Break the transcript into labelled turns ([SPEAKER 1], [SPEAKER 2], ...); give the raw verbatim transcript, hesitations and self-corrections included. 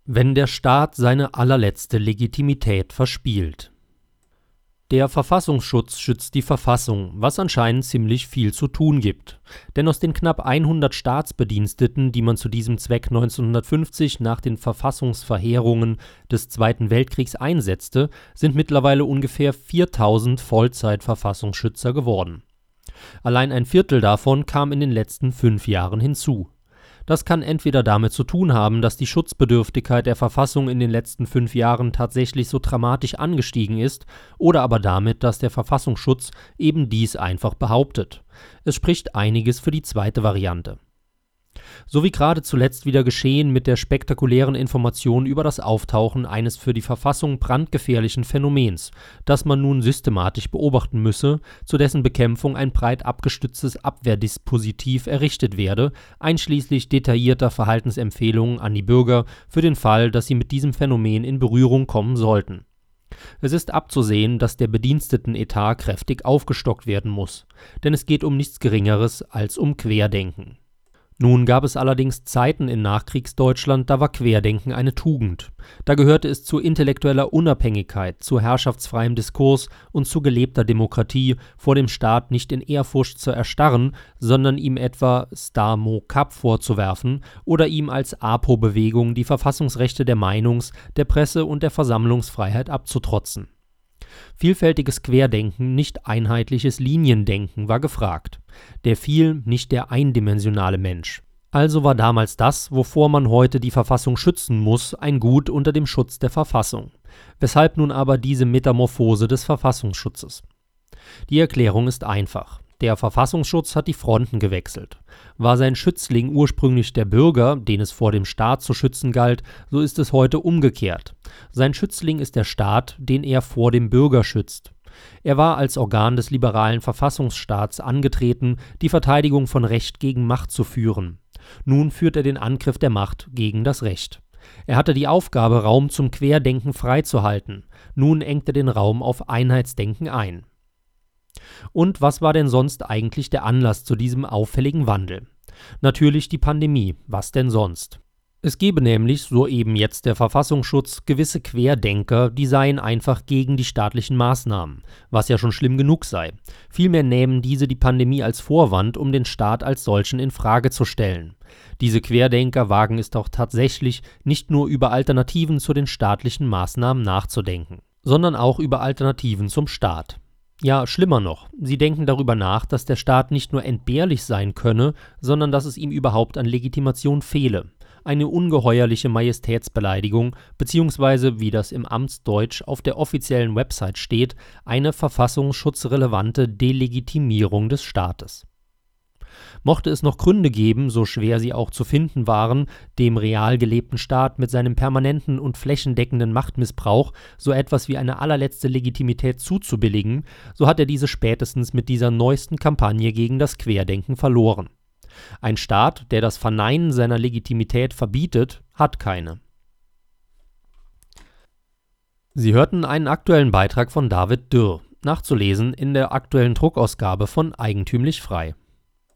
[SPEAKER 1] Wenn der Staat seine allerletzte Legitimität verspielt. Der Verfassungsschutz schützt die Verfassung, was anscheinend ziemlich viel zu tun gibt. Denn aus den knapp hundert Staatsbediensteten, die man zu diesem Zweck neunzehnhundertfünfzig nach den Verfassungsverheerungen des Zweiten Weltkriegs einsetzte, sind mittlerweile ungefähr viertausend Vollzeit-Verfassungsschützer geworden. Allein ein Viertel davon kam in den letzten fünf Jahren hinzu. Das kann entweder damit zu tun haben, dass die Schutzbedürftigkeit der Verfassung in den letzten fünf Jahren tatsächlich so dramatisch angestiegen ist, oder aber damit, dass der Verfassungsschutz eben dies einfach behauptet. Es spricht einiges für die zweite Variante. So wie gerade zuletzt wieder geschehen mit der spektakulären Information über das Auftauchen eines für die Verfassung brandgefährlichen Phänomens, das man nun systematisch beobachten müsse, zu dessen Bekämpfung ein breit abgestütztes Abwehrdispositiv errichtet werde, einschließlich detaillierter Verhaltensempfehlungen an die Bürger für den Fall, dass sie mit diesem Phänomen in Berührung kommen sollten. Es ist abzusehen, dass der Bedienstetenetat kräftig aufgestockt werden muss, denn es geht um nichts Geringeres als um Querdenken. Nun gab es allerdings Zeiten in Nachkriegsdeutschland, da war Querdenken eine Tugend. Da gehörte es zu intellektueller Unabhängigkeit, zu herrschaftsfreiem Diskurs und zu gelebter Demokratie, vor dem Staat nicht in Ehrfurcht zu erstarren, sondern ihm etwa Star Mo Cap vorzuwerfen oder ihm als APO-Bewegung die Verfassungsrechte der Meinungs-, der Presse- und der Versammlungsfreiheit abzutrotzen. Vielfältiges Querdenken, nicht einheitliches Liniendenken war gefragt. Der viel, nicht der eindimensionale Mensch. Also war damals das, wovor man heute die Verfassung schützen muss, ein Gut unter dem Schutz der Verfassung. Weshalb nun aber diese Metamorphose des Verfassungsschutzes? Die Erklärung ist einfach. Der Verfassungsschutz hat die Fronten gewechselt. War sein Schützling ursprünglich der Bürger, den es vor dem Staat zu schützen galt, so ist es heute umgekehrt. Sein Schützling ist der Staat, den er vor dem Bürger schützt. Er war als Organ des liberalen Verfassungsstaats angetreten, die Verteidigung von Recht gegen Macht zu führen. Nun führt er den Angriff der Macht gegen das Recht. Er hatte die Aufgabe, Raum zum Querdenken freizuhalten. Nun engt er den Raum auf Einheitsdenken ein. Und was war denn sonst eigentlich der Anlass zu diesem auffälligen Wandel? Natürlich die Pandemie, was denn sonst? Es gebe nämlich, so eben jetzt der Verfassungsschutz, gewisse Querdenker, die seien einfach gegen die staatlichen Maßnahmen, was ja schon schlimm genug sei. Vielmehr nähmen diese die Pandemie als Vorwand, um den Staat als solchen in Frage zu stellen. Diese Querdenker wagen es doch tatsächlich, nicht nur über Alternativen zu den staatlichen Maßnahmen nachzudenken, sondern auch über Alternativen zum Staat. Ja, schlimmer noch, sie denken darüber nach, dass der Staat nicht nur entbehrlich sein könne, sondern dass es ihm überhaupt an Legitimation fehle. Eine ungeheuerliche Majestätsbeleidigung, beziehungsweise, wie das im Amtsdeutsch auf der offiziellen Website steht, eine verfassungsschutzrelevante Delegitimierung des Staates. Mochte es noch Gründe geben, so schwer sie auch zu finden waren, dem real gelebten Staat mit seinem permanenten und flächendeckenden Machtmissbrauch so etwas wie eine allerletzte Legitimität zuzubilligen, so hat er diese spätestens mit dieser neuesten Kampagne gegen das Querdenken verloren. Ein Staat, der das Verneinen seiner Legitimität verbietet, hat keine. Sie hörten einen aktuellen Beitrag von David Dürr, nachzulesen in der aktuellen Druckausgabe von Eigentümlich Frei.